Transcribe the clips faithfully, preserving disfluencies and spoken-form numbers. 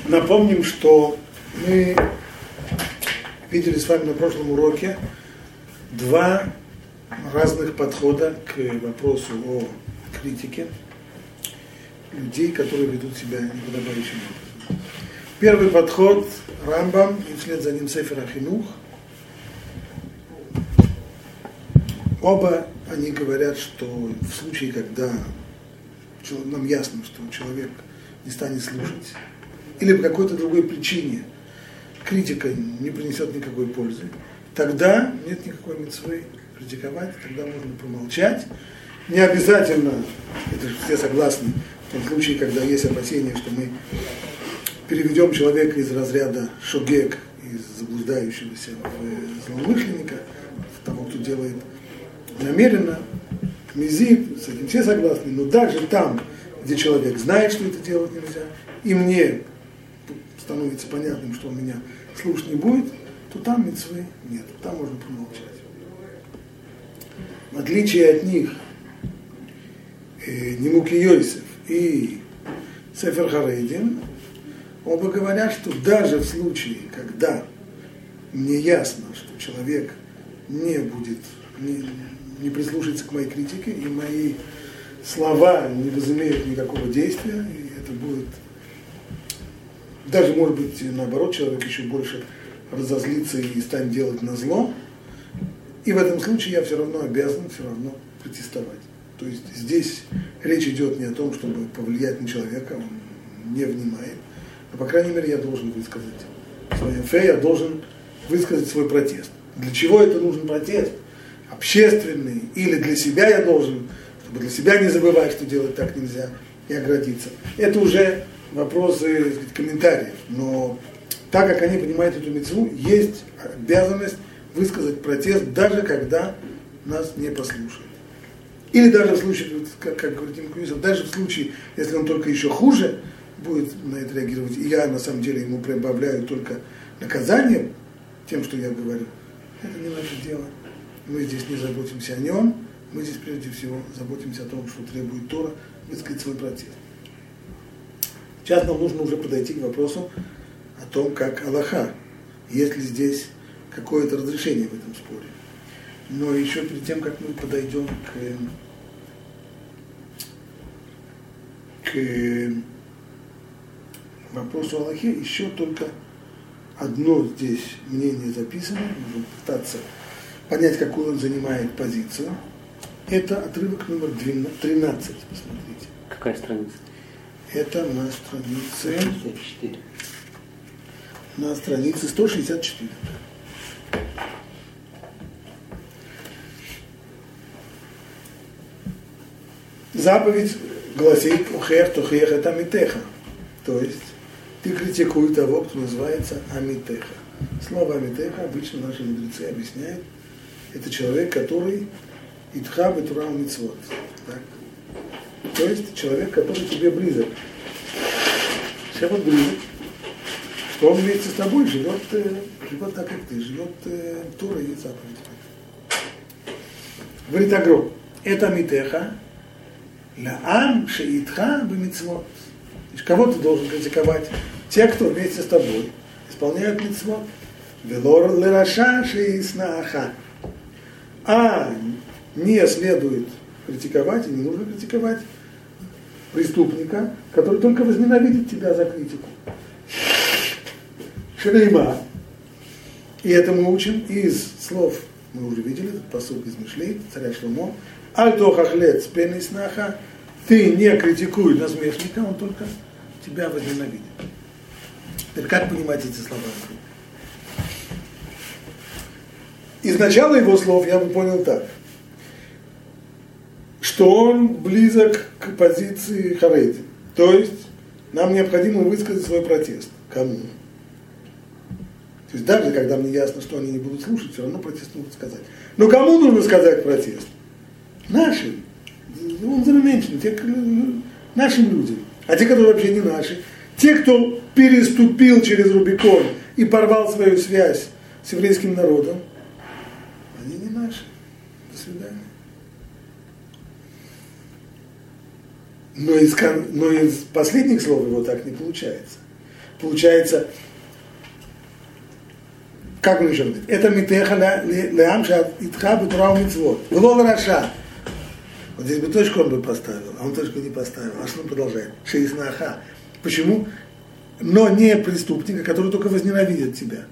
Напомним, что мы видели с вами на прошлом уроке два разных подхода к вопросу о критике людей, которые ведут себя неподобающим образом. Первый подход — Рамбам, и вслед за ним Сефер ха-Хинух. Оба они говорят, что в случае, когда нам ясно, что человек не станет слушать, или по какой-то другой причине критика не принесет никакой пользы, тогда нет никакой мицвы критиковать, тогда можно промолчать. Не обязательно, это же все согласны, в том случае, когда есть опасения, что мы переведем человека из разряда шогек, из заблуждающегося в злоумышленника, в того, кто делает намеренно, мизит, с этим все согласны, но даже там, где человек знает, что это делать нельзя, и мне становится понятным, что он меня слушать не будет, то там мицвы нет, там можно промолчать. В отличие от них, э, Нимуки Йосеф и Сефер ха-Рейдим, оба говорят, что даже в случае, когда мне ясно, что человек не будет, не, не прислушается к моей критике, и мои слова не возымеют никакого действия, и это будет, даже может быть наоборот, человек еще больше разозлится и станет делать назло, и в этом случае я все равно обязан все равно протестовать. То есть здесь речь идет не о том, чтобы повлиять на человека, он не внимает, а по крайней мере я должен высказать свое фе, я должен высказать свой протест. Для чего это нужен протест? Общественный или для себя я должен, чтобы для себя не забывать, что делать так нельзя, и оградиться. Это уже вопросы, сказать, комментариев, но так как они понимают эту мицву, есть обязанность высказать протест, даже когда нас не послушают. Или даже в случае, как, как говорит Нимуки Йосеф, даже в случае, если он только еще хуже будет на это реагировать, и я на самом деле ему прибавляю только наказание тем, что я говорю, это не наше дело. Мы здесь не заботимся о нем, мы здесь прежде всего заботимся о том, что требует Тора, высказать свой протест. Сейчас нам нужно уже подойти к вопросу о том, как Аллаха, есть ли здесь какое-то разрешение в этом споре. Но еще перед тем, как мы подойдем к, к вопросу Аллахе, еще только одно здесь мнение записано, нужно пытаться понять, какую он занимает позицию. Это отрывок номер тринадцать, посмотрите. Какая страница? Это на странице на странице сто шестьдесят четыре. Заповедь гласит «Ухех тухех это амитеха», то есть ты критикуй того, кто называется амитеха. Слово амитеха обычно наши мудрецы объясняют, это человек, который итха бетура мицвот. То есть человек, который тебе близок. Шепот близок, что он вместе с тобой живет, живет так, как ты, живет Тора и заповедь. Говорит Агро, это амитеха, лаам шеитха бемицвот. Кого ты должен критиковать? Те, кто вместе с тобой исполняют мицвот. Велор лераша шеиснааха. А не следует критиковать, и не нужно критиковать преступника, который только возненавидит тебя за критику. Шелейма. И это мы учим из слов, мы уже видели, этот пасук из Мишлей, царя Шломо. Аль-Дохахлец пениснаха, ты не критикуй насмешника, он только тебя возненавидит. Теперь как понимать эти слова? Из начала его слов я бы понял так, что он близок к позиции Харейди. То есть нам необходимо высказать свой протест. Кому? То есть даже когда мне ясно, что они не будут слушать, все равно протест могут сказать. Но кому нужно сказать протест? Нашим. Он заменьшен, те, нашим людям. А те, которые вообще не наши. Те, кто переступил через Рубикон и порвал свою связь с еврейским народом, они не наши. До свидания. Но из, но из последних слов его так не получается. получается, как он еще говорит, это митеха леамша итха бутурау митцвот. Влол раша. Вот здесь бы точку он бы поставил, а он точку не поставил. А что он продолжает? Шеиснаха. Почему? Но не преступника, который только возненавидит тебя.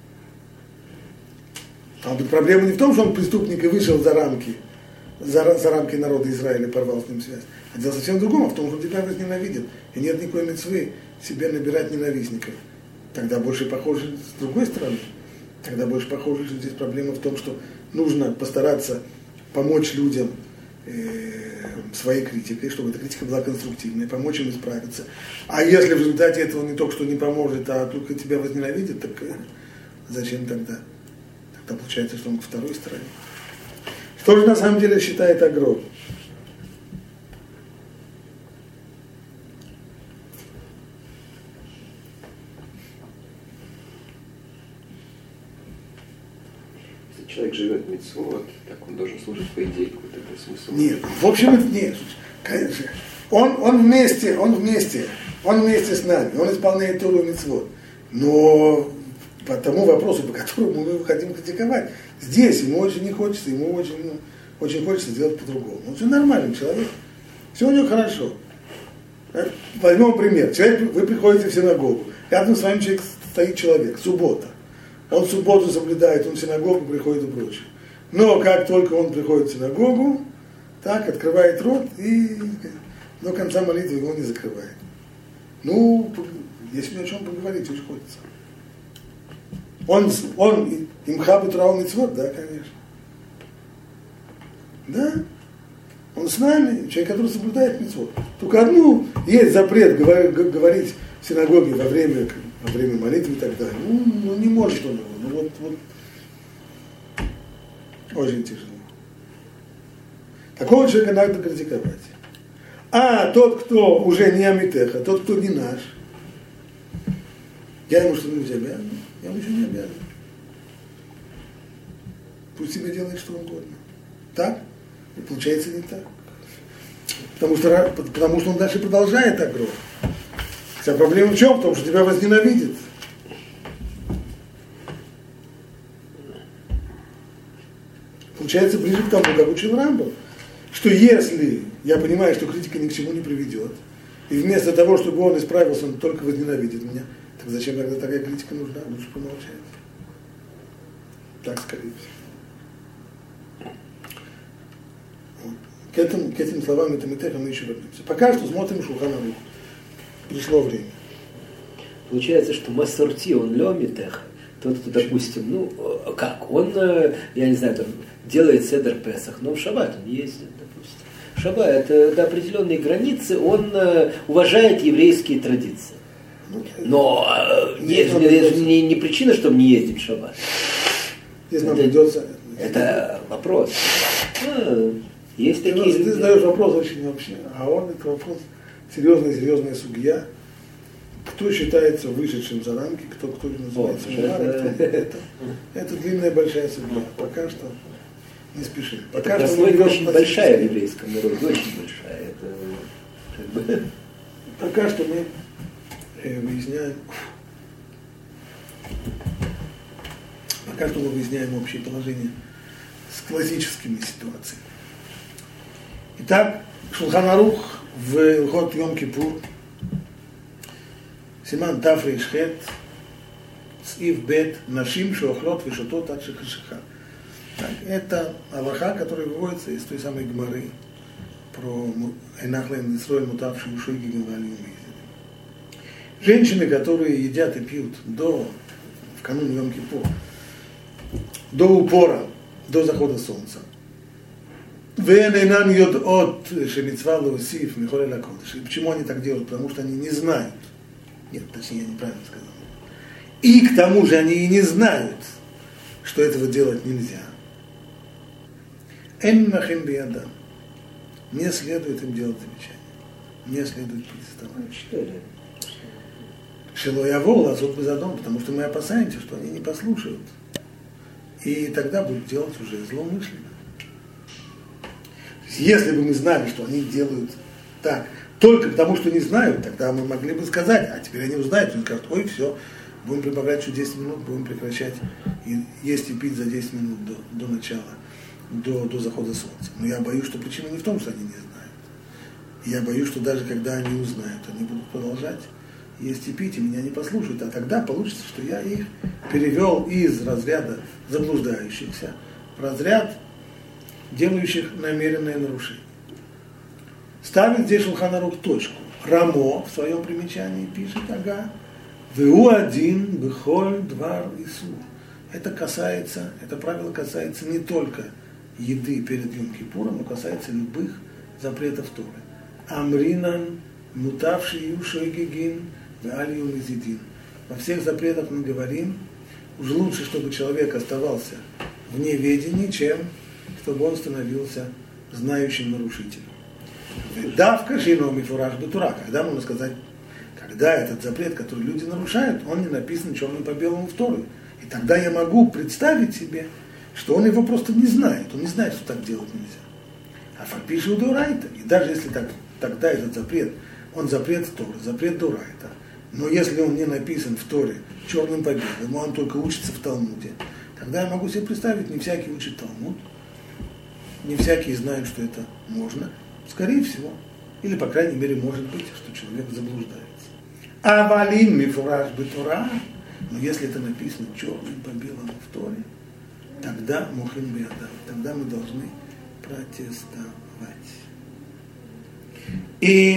А вот проблема не в том, что он преступник и вышел за рамки, за, за рамки народа Израиля, порвал с ним связь. А дело совсем в другом, а в том, что он тебя возненавидит. И нет никакой мицвы себе набирать ненавистников. Тогда больше похоже с другой стороны. Тогда больше похоже, что здесь проблема в том, что нужно постараться помочь людям э, своей критикой, чтобы эта критика была конструктивной, помочь им исправиться. А если в результате этого не только что не поможет, а только тебя возненавидит, так э, зачем тогда? Тогда получается, что он ко второй стороне. Что же на самом деле считает Агро? Человек живет мицвот, так он должен служить, по идее, какой-то смысл. Нет, в общем, это нет, конечно. Он, он вместе, он вместе, он вместе с нами, он исполняет Тору и мицвот. Но по тому вопросу, по которому мы хотим критиковать, здесь ему очень не хочется, ему очень, ну, очень хочется сделать по-другому. Он все нормальный человек, все у него хорошо. Возьмем пример. Человек, вы приходите в синагогу, рядом с вами человек, стоит человек, суббота. Он субботу соблюдает, он в синагогу приходит и прочее. Но как только он приходит в синагогу, так, открывает рот и до конца молитвы его не закрывает. Ну, если ни о чем поговорить, очень хочется. Он, он имха бутурау мицвот, да, конечно. Да, он с нами, человек, который соблюдает мицвот. Только одну, есть запрет говорить в синагоге во время, во время молитвы и так далее. Ну, ну не может он его. Ну вот, вот. Очень тяжело. Такого человека надо критиковать. А тот, кто уже не амитеха, тот, кто не наш, я ему что-нибудь обязан, я ему ничего не обязан. Пусть себе делает что угодно. Так? И получается не так. Потому что, потому что он дальше продолжает так грозно. Вся проблема в чем? В том, что тебя возненавидит. Получается ближе к тому, как учил Рамбам, что если я понимаю, что критика ни к чему не приведет, и вместо того, чтобы он исправился, он только возненавидит меня, так зачем тогда такая критика нужна? Лучше помолчать. Так, скорее всего. Вот. К, этому, к этим словам, этим мы еще вернемся. Пока что смотрим Шулхан Арух. Пришло время. Получается, что Масорти, он лёмитех, тот, кто, допустим, ну, как, он, я не знаю, там, делает седер Песах, но в шаббат он ездит, допустим. Шаббат, это до определенной границы, он уважает еврейские традиции. Но нет, это не, не причина, чтобы не ездить в шаббат. Если нам придется... Это вопрос. А, есть ты, такие ты люди. задаешь вопрос очень вообще, а он, это вопрос серьезная-серьезная судья. Кто считается вышедшим за рамки, кто, кто называется муар, это, это, это длинная большая судья. Пока что не спешим. Пока это что мы очень большая в еврейском народе, очень большая. Это, как бы... Пока что мы э, выясняем, пока что мы выясняем общее положение с классическими ситуациями. Итак, Шулхан Арух в Илхот Йом-Кипур, Симан Таф Рейш Хет, Сив Бет, Нашим Шохлот Вишотот Ад Шехашиха. Это алаха, который выводится из той самой Гмары про Энахлен Исроэль Мутавший Ушой Гигенвалию. Женщины, которые едят и пьют до, в канун Йом-Кипур, до упора, до захода солнца. Вен эйнан йодот шемицва леусиф михоле лакодыш. Почему они так делают? Потому что они не знают. Нет, точнее, я неправильно сказал. И к тому же они и не знают, что этого делать нельзя. Эн махим биядам. Не следует им делать замечания. Не следует приставать. Что это? Шило явол, азот безадом, потому что мы опасаемся, что они не послушают. И тогда будут делать уже злоумышленно. Если бы мы знали, что они делают так только потому, что не знают, тогда мы могли бы сказать, а теперь они узнают, они скажут, ой, все, будем прибавлять еще десять минут, будем прекращать и есть и пить за десять минут до, до начала, до, до захода солнца. Но я боюсь, что причина не в том, что они не знают. Я боюсь, что даже когда они узнают, они будут продолжать есть и пить, и меня не послушают. А тогда получится, что я их перевел из разряда заблуждающихся в разряд делающих намеренное нарушение. Ставит здесь Шулхан Арух точку. Рамо в своем примечании пишет, ага, «Веу один бехоль двар ису». Это касается, это правило касается не только еды перед Йом-Кипуром, но касается любых запретов Торы. Амринан, мутавший юшой гигин, веалью мизидин. Во всех запретах мы говорим, уж лучше, чтобы человек оставался в неведении, чем чтобы он становился знающим нарушителем. Давка шино мифураж бетура, когда можно сказать, когда этот запрет, который люди нарушают, он не написан черным по белому в Торе. И тогда я могу представить себе, что он его просто не знает. Он не знает, что так делать нельзя. А факпишу дурайта. И даже если так, тогда этот запрет, он запрет Торы, запрет дурайта. Но если он не написан в Торе черным по белому, он только учится в Талмуде, тогда я могу себе представить, не всякий учит Талмуд, не всякий знает, что это можно. Скорее всего. Или, по крайней мере, может быть, что человек заблуждается. Авалин мифураж бетура, но если это написано черным по белому в Торе, тогда мухин биадав, тогда мы должны протестовать. И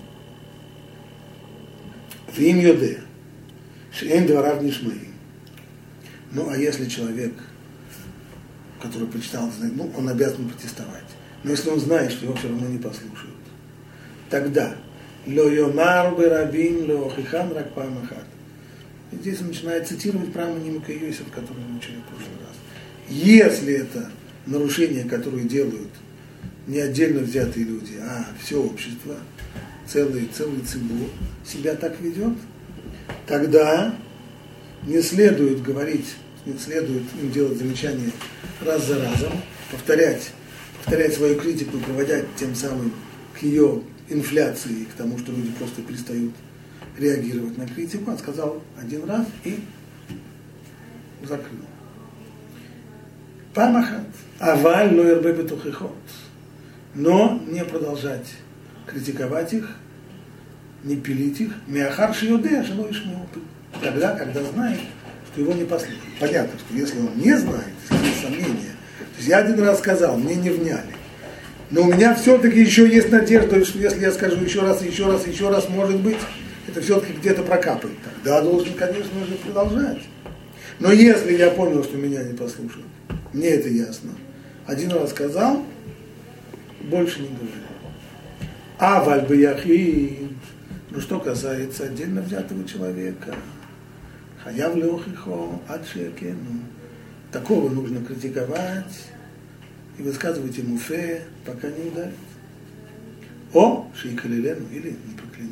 в им йоде, шеэн дварав нишмаим. Ну, а если человек, который прочитал, ну, он обязан протестовать. Но если он знает, что его все равно не послушают, тогда «Ло йомар берабин ло хихан рак памахат». Здесь он начинает цитировать прямо Нимука Йосеф, который мы учили в прошлый раз. Если это нарушение, которое делают не отдельно взятые люди, а все общество, целый, целый цибур себя так ведет, тогда не следует говорить, не следует им делать замечания раз за разом, повторять, повторять свою критику, приводя тем самым к ее инфляции, к тому, что люди просто перестают реагировать на критику. Он сказал один раз и закрыл. Памахат. Аваль лоербе бетухихот. Но не продолжать критиковать их, не пилить их. Миахар шиюдея жило ишмеопы. Тогда, когда знает, что его не послушают. Понятно, что если он не знает, если есть сомнения, то есть я один раз сказал, мне не вняли. Но у меня все-таки еще есть надежда, что если я скажу еще раз, еще раз, еще раз, может быть, это все-таки где-то прокапает. Тогда должен, конечно же, продолжать. Но если я понял, что меня не послушают, мне это ясно. Один раз сказал, больше не говорю. А вальбияхи, ну что касается отдельно взятого человека, хаяв леохихо, адшиакену, такого нужно критиковать и высказывать ему фе, пока не ударит. О, шейкалилену, или не проклянет.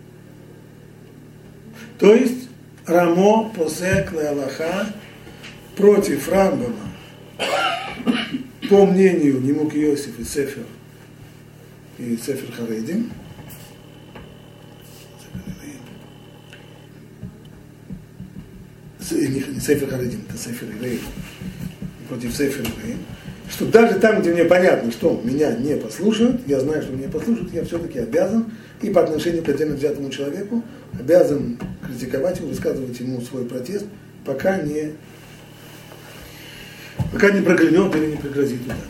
То есть Рамо посек ле-Аллаха против Рамбама, по мнению Нимук Йосеф и Сефер, и Сефер Харедим, не Сефер Харедим, это Сефер Иреев, против Сефер Иреев, что даже там, где мне понятно, что меня не послушают, я знаю, что меня послушают, я все-таки обязан, и по отношению к отдельно взятому человеку, обязан критиковать его, высказывать ему свой протест, пока не, пока не проклянет или не пригрозит ударить.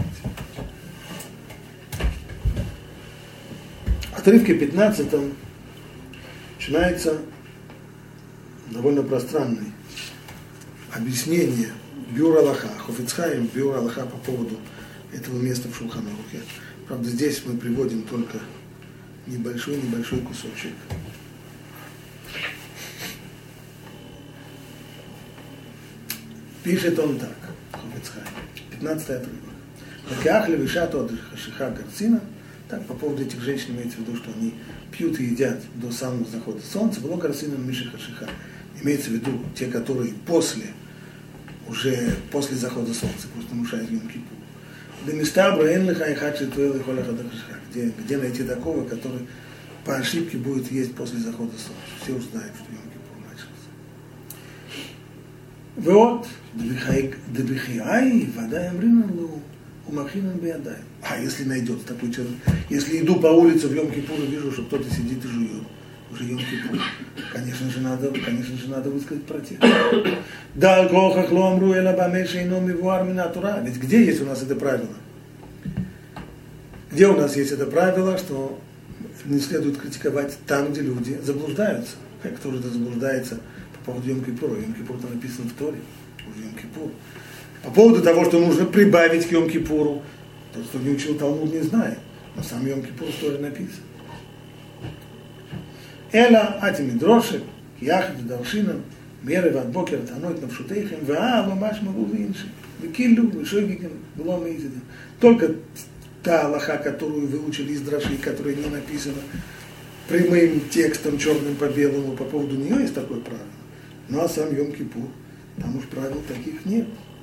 В отрывке пятнадцатом начинается довольно пространное объяснение Биур Аллаха, Хофицхайм, Биур Аллаха по поводу этого места в Шулхан Арухе. Правда, здесь мы приводим только небольшой-небольшой кусочек. Пишет он так, Хофицхайм, пятнадцатый отрывок. Лакиах левишату от хашиха гарцина, так по поводу этих женщин имеется в виду, что они пьют и едят до самого захода солнца, было гарцина миши хашиха. Имеется в виду те, которые после уже после захода солнца, после нарушает Йом-Кипур. Где, где найти такого, который по ошибке будет есть после захода солнца. Все уже знают, что Йом-Кипур начался. Вот, дебихиай, вода ямринан умахинан биадай. А если найдется такой человек, если иду по улице в Йом-Кипур и вижу, что кто-то сидит и жует, уже Йом-Кипур, конечно же надо, конечно же надо высказать протест. Да, алкохах ломру элабамеши ином ивуар минатура. Ведь где есть у нас это правило? Где у нас есть это правило, что не следует критиковать там, где люди заблуждаются? Кто же это заблуждается по поводу Йом-Кипура? Йом-Кипур там написано в Торе, уже Йом-Кипур. По поводу того, что нужно прибавить к Йом-Кипуру, тот, кто не учил Талмуд, не знает. Но сам Йом-Кипур в Торе написан. Эла атими дрошек, яхд даршинам, меры ват бокер танойт навшутейхем, ваа мамаш магу инши, векиллю, вешойгиген, было мейзиден. Только та алаха, которую выучили из дроши, которая не написана прямым текстом, черным по белому, по поводу нее есть такое правило. Ну а сам Йом-Кипур, там уж правил таких нет.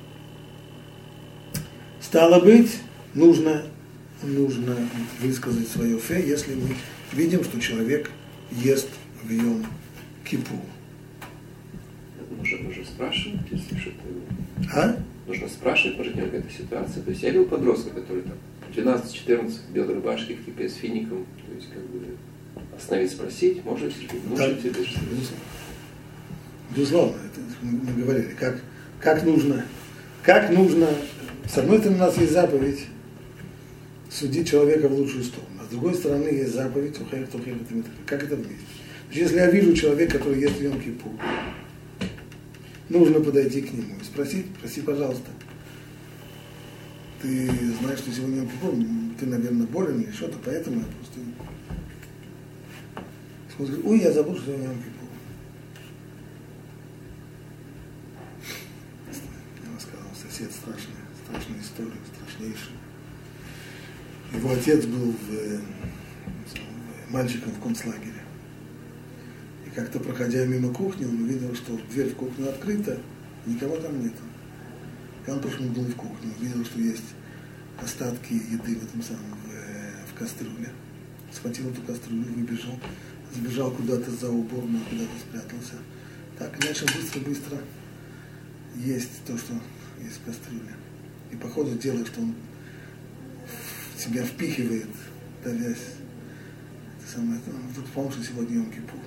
Стало быть, нужно, нужно высказать свое фе, если мы видим, что человек ест в Йом-Кипур. Нужно, нужно спрашивать, если что-то... А? Нужно спрашивать, может, не какая-то ситуация. То есть я видел подростка, который там двенадцать-четырнадцать в белой рубашке, в кипе с фиником. То есть как бы остановить, спросить, можете, можете. Да, безусловно, это мы говорили, как, как нужно, как нужно, с одной стороны у нас есть заповедь судить человека в лучшую сторону, а с другой стороны есть заповедь, как это вместе. Если я вижу человека, который ест в Йом-Кипур, нужно подойти к нему и спросить, спроси, пожалуйста, ты знаешь, что сегодня Йом-Кипур, ты, наверное, болен или что-то, поэтому я просто... Он говорит, ой, я забыл, что я Йом-Кипур. Я рассказал, сосед страшная, страшная история, страшнейшая. Его отец был в, в, мальчиком в концлагере. И как-то, проходя мимо кухни, он увидел, что дверь в кухню открыта, никого там нету. И он пошмыгнул в кухню, увидел, что есть остатки еды в этом самом, в, в кастрюле. Схватил эту кастрюлю, выбежал, сбежал куда-то за уборную, куда-то спрятался. Так, и начал быстро-быстро есть то, что есть в кастрюле. И по ходу делает, что он в себя впихивает, давясь. Это самое, он вдруг вспомнил, что сегодня Йом-Кипур.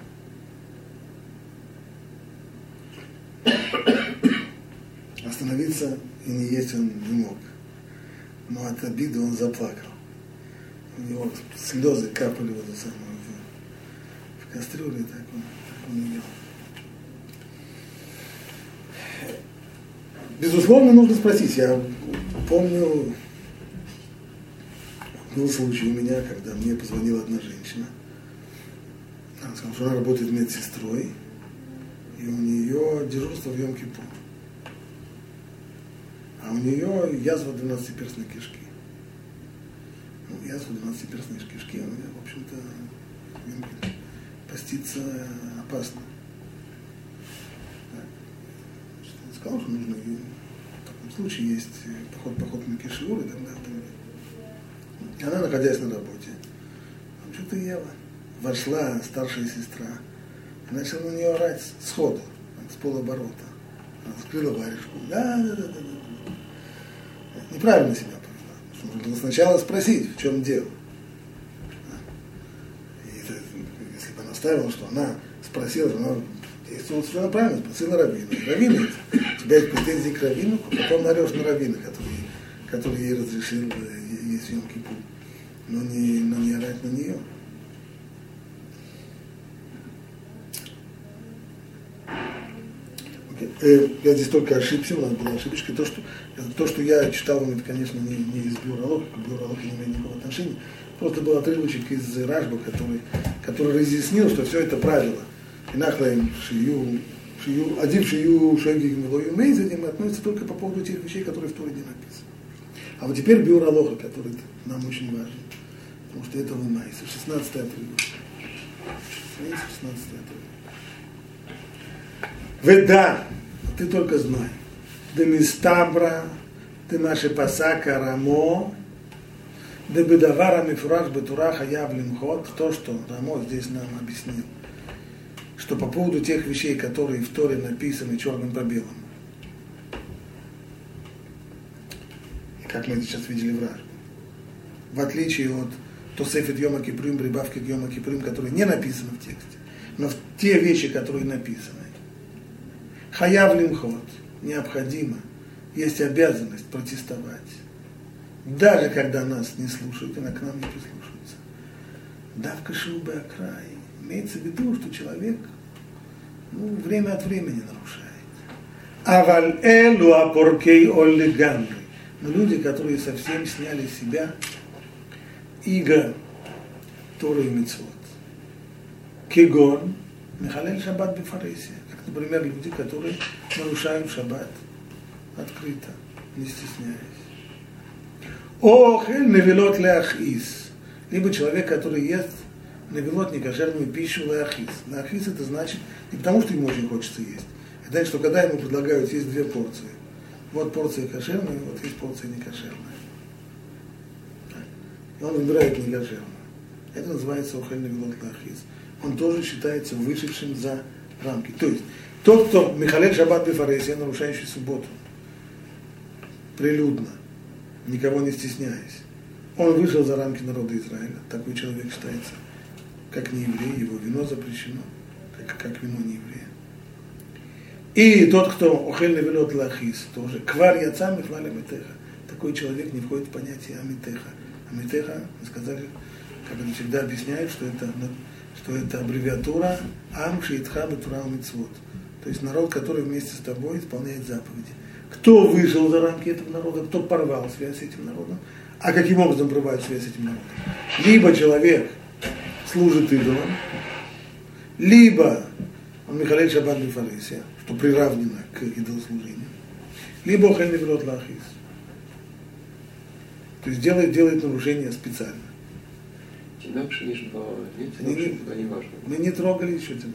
Остановиться и не есть он не мог. Но от обиды он заплакал. У него слезы капали в эту самую в, в кастрюлю, так он, так он и ел. Безусловно, нужно спросить. Я помню, был случай у меня, когда мне позвонила одна женщина. Она сказала, что она работает медсестрой, и у нее дежурство в Йом-Кипур. А у нее язва двенадцатиперстной кишки. Ну, язва двенадцатиперстной кишки, она, в общем-то, поститься опасно. Он сказал, что нужно, в таком случае есть поход, поход на кишиур и так далее. И она, находясь на работе, что-то ела. Вошла старшая сестра и начала на нее орать сходу, с полоборота. Она скрыла варежку. Да, да, да, да, да. Неправильно себя повела. Нужно было сначала спросить, в чем дело. И это, если бы она ставила, что она спросила, что она действовала совершенно правильно, спросила раввина. Раввина, у тебя есть претензии к раввину, потом нарешь на раввина, который, который ей разрешил есть Йом-Кипур, но не, но не орать на нее. Я здесь только ошибся, у нас была ошибочка. То, что, то, что я читал, это, конечно, не, не из Бюролога, к Бюрологу не имеет никакого отношения. Просто был отрывочек из Рашба, который, который разъяснил, что все это правило. И нахлаем шию, шию, один шию шаги гмилою мейзадим относится только по поводу тех вещей, которые в Торе не написаны. А вот теперь Бюролога, который нам очень важен. Потому что это Лымайса, шестнадцатый отрывок. шестнадцатый отрывок. Веда, ты только знай, да мистабра, ты наши пасака рамо, Дебедавара мифурах бетура хаяв лимхот, то, что Рамо здесь нам объяснил, что по поводу тех вещей, которые в Торе написаны черным по белому, как мы это сейчас видели в Рашбе, в отличие от Тосефет Йома Киприм, прибавки к Йома Киприм, которые не написаны в тексте, но в те вещи, которые написаны. Хаяв лимхот, необходимо, есть обязанность протестовать. Даже когда нас не слушают и на к нам не прислушиваются. Давка шубы окрай. Имеется в виду, что человек ну, время от времени нарушает. Аваль элу апоркей олли гамри. Но люди, которые совсем сняли с себя иго Торы и Мицвот. Кигон михалель шаббат бифаресия. Как, например, люди, которые нарушают шаббат открыто, не стесняясь. Охель невелот леахис. Либо человек, который ест невелот, некошерную пищу леахис. Леахис это значит не потому, что ему очень хочется есть. Это значит, что когда ему предлагают есть две порции. Вот порция кошерная, вот есть порция некошерная. И он выбирает некошерную. Это называется охель невелот леахис. Он тоже считается вышедшим за рамки. То есть, тот, кто михалель шаббат бифаресия, нарушающий субботу, прилюдно, никого не стесняясь, он вышел за рамки народа Израиля. Такой человек считается как не еврей, его вино запрещено, как, как вино не еврея. И тот, кто охель невелот лахис, тоже квар яца мифлаль амитеха. Такой человек не входит в понятие амитеха. Амитеха, мы сказали, как это всегда объясняют, что это, что это аббревиатура ам шеитха бетура умицвот. То есть народ, который вместе с тобой исполняет заповеди. Кто вышел за рамки этого народа, кто порвал связь с этим народом, а каким образом порвать связь с этим народом? Либо человек служит идолам, либо он михалель шаббат бифаресия, что приравнено к идолослужению, либо охель невелот лахис. То есть делает, делает нарушение специально. Они не, мы не трогали еще тебя.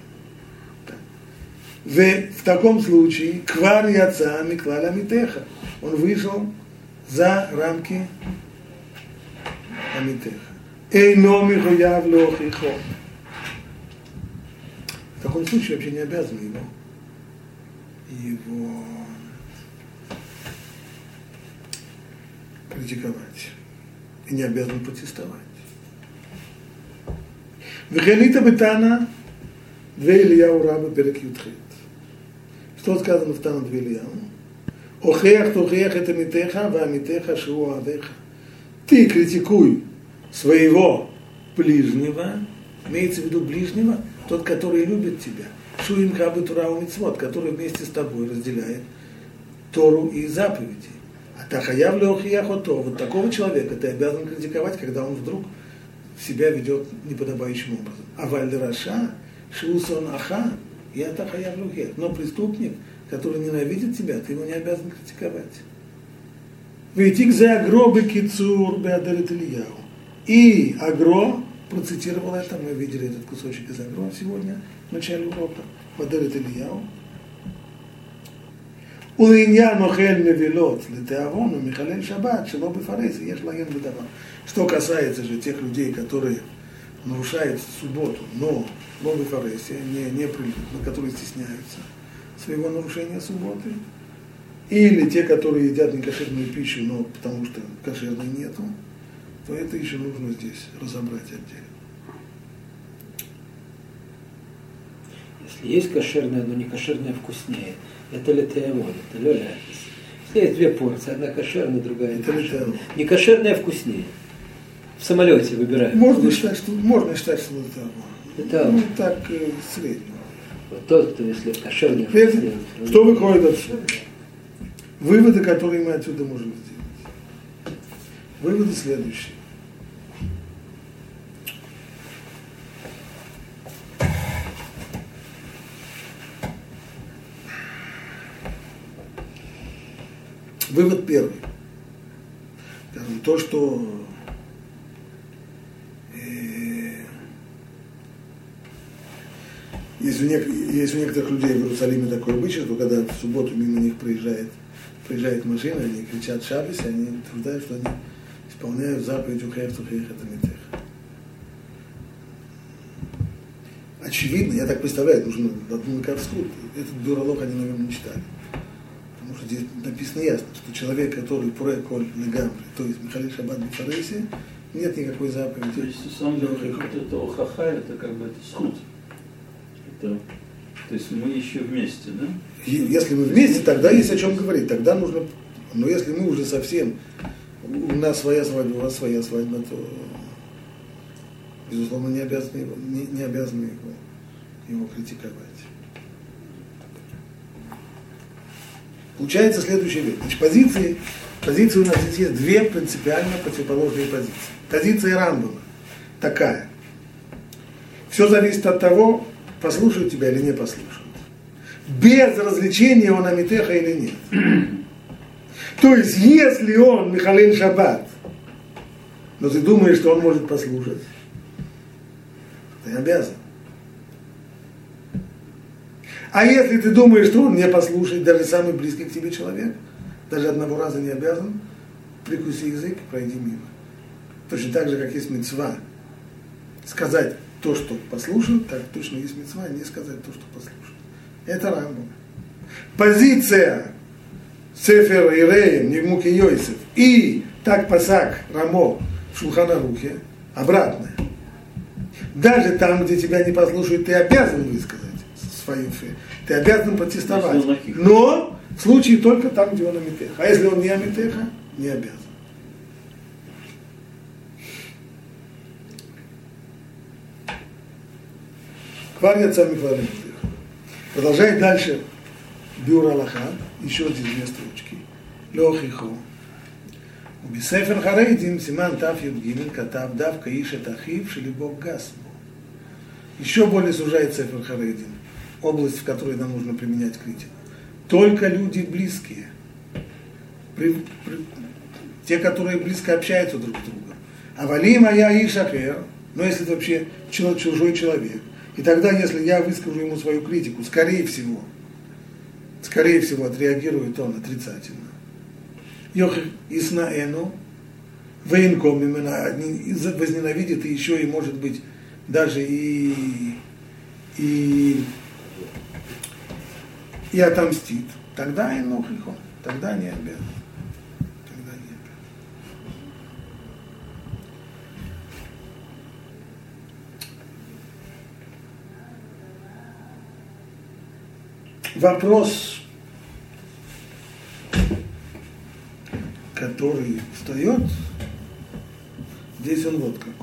В, в таком случае квар яца миклаля митеха. Он вышел за рамки амитеха. Эйно михуяв лохихо. В таком случае вообще не обязан его, его критиковать. И не обязан протестовать. Вехелита бетана две Ильяу раба перек ютхет. Что сказано в Тану две Ильяу? Охеях тухеях это митеха, ва митеха шиу авеха. Ты критикуй своего ближнего, имеется в виду ближнего, тот, который любит тебя. Шуим хабы тура у мицвот, который вместе с тобой разделяет Тору и заповеди. А тахаяв леохиях ото. Вот такого человека ты обязан критиковать, когда он вдруг себя ведет неподобающим образом. А валь раша шиусон аха, я тахаяв леохиях. Но преступник, который ненавидит тебя, ты его не обязан критиковать. Вейтик за агробы кицур беадерет Ильяу. И Агро процитировал это, мы видели этот кусочек из Агро сегодня, в начале урока, беадерет Ильяу. Улиньян охель невелот летеавону михалель шаббат шело бифарейс еш лаген бедавар. Что касается же тех людей, которые нарушают субботу, но ло бифарейс, не, не прилюдно, которые стесняются своего нарушения субботы, или те, которые едят некошерную пищу, но потому что кошерной нету, то это еще нужно здесь разобрать отдельно. Если есть кошерное, но не кошерное вкуснее, это летеавон, это лёляхис. Если есть две порции, одна кошерная, другая не кошерная. Не кошерное вкуснее. В самолете выбираем. Можно считать, что можно считать, что это это ну, так э, среднего. Вот тот, кто если кошерный вкуснее. Что выходит отсюда? Выводы, которые мы отсюда можем сделать. Выводы следующие. Вывод первый. То, что э, есть, у нек- есть у некоторых людей в Иерусалиме такое обычай, что когда в субботу мимо них проезжает, проезжает машина, они кричат шаббис, и они утверждают, что они исполняют заповедь «Ухаев Ухаев Атамитех». Очевидно, я так представляю, нужно одну кавскую, этот бюролог они, наверное, не читали. Потому что здесь написано ясно, что человек, который пуре коль легамри, то есть Михалель Шаббат бифареси, нет никакой заповеди. То есть, на самом деле, это охаха, это как бы это схуд. Это, то есть мы еще вместе, да? Если мы вместе, тогда есть о чем говорить, тогда нужно, но если мы уже совсем, у нас своя свадьба, у вас своя свадьба, то, безусловно, не обязаны его, не, не обязаны его, его критиковать. Получается следующая вещь. Значит, позиции, позиции у нас здесь есть две принципиально противоположные позиции. Позиция Рамбама такая. Все зависит от того, послушают тебя или не послушают. Без развлечения он амитеха или нет. То есть, если он Михалель Шаббат, но ты думаешь, что он может послушать, ты обязан. А если ты думаешь, что он не послушает, даже самый близкий к тебе человек, даже одного раза не обязан, прикуси язык и пройди мимо. Точно так же, как есть мицва сказать то, что послушают, так точно есть мицва не сказать то, что послушают. Это Рамбам. Позиция Сефер Иреем, Невмуки Йосеф и так пасак Рамо в Шулхан Арухе обратная. Даже там, где тебя не послушают, ты обязан высказать свою фе. Ты обязан протестовать. Но в случае только там, где он амитеха. А если он не амитеха, не обязан. Кварья цами кварья амитеха. Продолжает дальше Бюр Аллаха, еще здесь две строчки. Лехиху. ובספר חרדים, סימן ת"י כתב דווקא איש את אחיו שלבו גס בו. Еще более сужает Сефер Харедим, область, в которой нам нужно применять критику. Только люди близкие, при, при, те, которые близко общаются друг с другом. А валима я и шахер, но если это вообще чужой человек, и тогда, если я выскажу ему свою критику, скорее всего, скорее всего отреагирует он отрицательно. Йохих Иснаэну, военком именно возненавидит и еще и может быть даже и, и, и отомстит. Тогда и нохихо, тогда не обязан. Тогда не обязан. Вопрос, который встает, здесь он вот какой.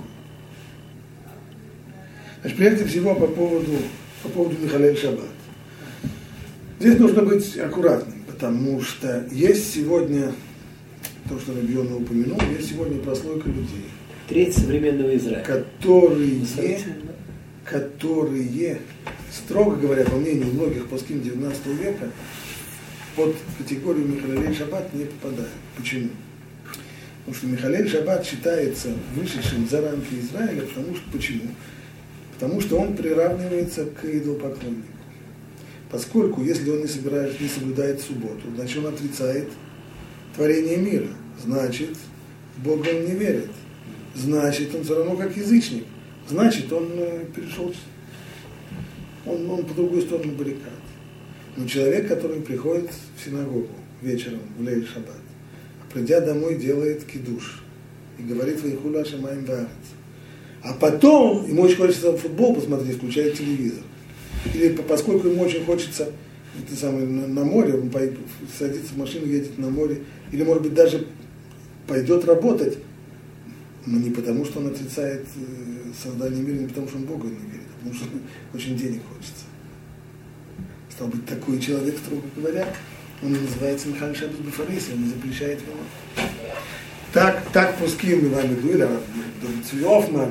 Значит, прежде всего по поводу, по поводу Михалель Шаббат. Здесь нужно быть аккуратным, потому что есть сегодня, то, что Рабьёна упомянул, есть сегодня прослойка людей. Треть современного Израиля. Которые, которые, строго говоря, по мнению многих паским девятнадцатого века, под категорию Михалель Шаббат не попадают. Почему? Потому что Михалель Шаббат считается вышедшим за рамки Израиля, потому что, почему? Потому что он приравнивается к идолопоклоннику. Поскольку, если он не, собирает, не соблюдает субботу, значит он отрицает творение мира. Значит, в Бога он не верит. Значит, он все равно как язычник. Значит, он перешел, он, он по другую сторону баррикад. Но человек, который приходит в синагогу вечером, в Лейль Шаббат, а придя домой, делает кидуш и говорит «Ваихула Шамаим Ваарец». А потом, ему очень хочется футбол посмотреть, включает телевизор. Или поскольку ему очень хочется это самое, на, на море, он поедет, садится в машину, едет на море, или, может быть, даже пойдет работать, но не потому, что он отрицает создание мира, не потому, что он в Бога не верит, а потому, что очень денег хочется. Стал быть, такой человек, строго говоря, он называется Михалель Шаббат бифареси, он не запрещает его. Так, так пуским Иван Дуэля, Цвёфман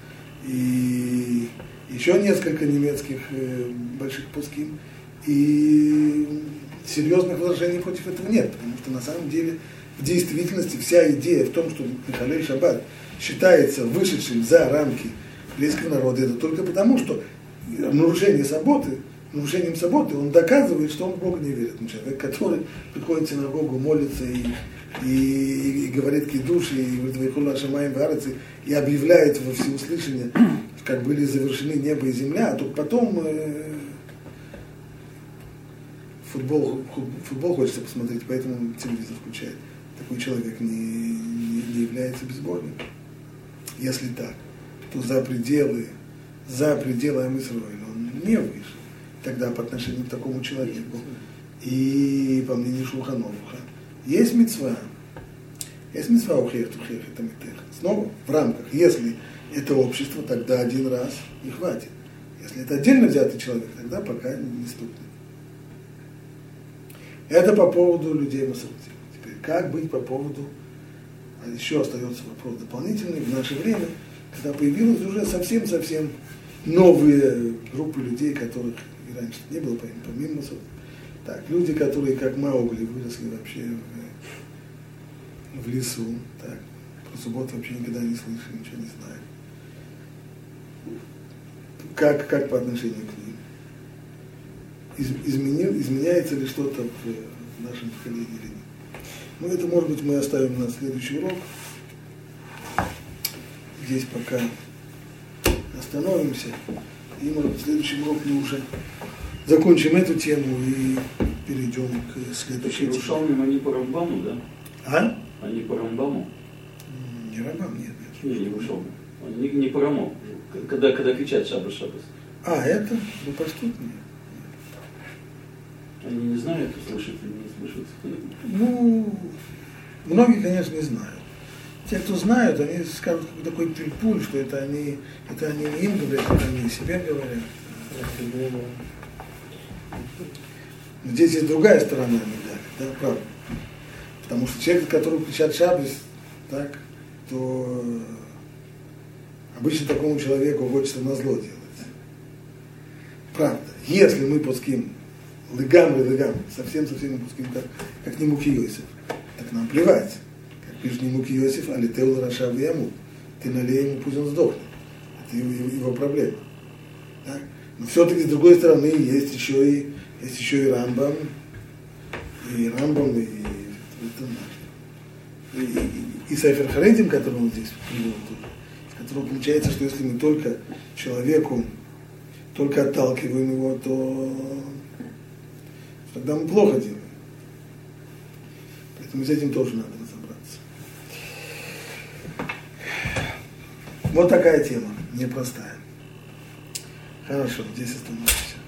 и еще несколько немецких э, больших пуским, и серьезных возражений против этого нет, потому что на самом деле в действительности вся идея в том, что Михалель Шаббат считается вышедшим за рамки еврейского народа, это только потому, что нарушение субботы нарушением субботы, он доказывает, что он в Бога не верит. Ну, человек, который приходит в синагогу, молится и, и, и говорит кидуш, и говорит «Вайхула Шамаим Ваарец», и объявляет во всеуслышание, как были завершены небо и земля, а только потом э, футбол, футбол хочется посмотреть, поэтому телевизор включает. Такой человек не, не, не является безбожником. Если так, то за пределы, за пределы Ам-Исроэля он не вышел. Тогда по отношению к такому человеку. И по мнению Шулхан Аруха есть мицва. Есть мицва ухех, тухех, это митех. Снова в рамках. Если это общество, тогда один раз и хватит. Если это отдельно взятый человек, тогда пока не стукнет. Это по поводу людей Масорти. Теперь, как быть по поводу... А еще остается вопрос дополнительный. В наше время, когда появилась уже совсем-совсем новые группы людей, которых и раньше не было, помимо Масорти. Так, люди, которые, как Маугли, выросли вообще в, в лесу. Так, про субботу вообще никогда не слышали, ничего не знают. Как, как по отношению к ним? Из, изменил, изменяется ли что-то в, в нашем поколении или нет? Ну, это, может быть, мы оставим на следующий урок. Здесь пока остановимся. И, может быть, в следующем уроке мы уже закончим эту тему и перейдем к следующей теме. Иерушалмим, они по Рамбаму, да? А? Они по Рамбаму? Не Рамбам, нет. Не, не Иерушалмим. Они не по Раму. Когда, когда кричат Шаббас, Шаббас. А, это? Ну, паштут нет. Они не знают, слышат или не слышат. Ну, многие, конечно, не знают. Те, кто знают, они скажут какой-то такой пильпуль, что это они, это они не им говорят, это они себе говорят. Но здесь есть другая сторона медали, да, правда. Потому что человек, который кричат Шаббас, так, то обычно такому человеку хочется назло делать. Правда. Если мы пуским лыгам и лыгам, совсем-совсем мы пуским, как, как не муки Йосиф, так нам плевать. Как пишет не муки Йосиф, а летел Рашав Яму. Ты налей ему, пусть он сдохнет. Это его, его проблема. Так? Но все-таки, с другой стороны, есть еще и, есть еще и Рамбам, и Рамбам, и, и, и, и, и Сефер Харедим, который он здесь привел тоже, с которого получается, что если мы только человеку, только отталкиваем его, то тогда мы плохо делаем. Поэтому с этим тоже надо разобраться. Вот такая тема, непростая. Хорошо, здесь остановимся.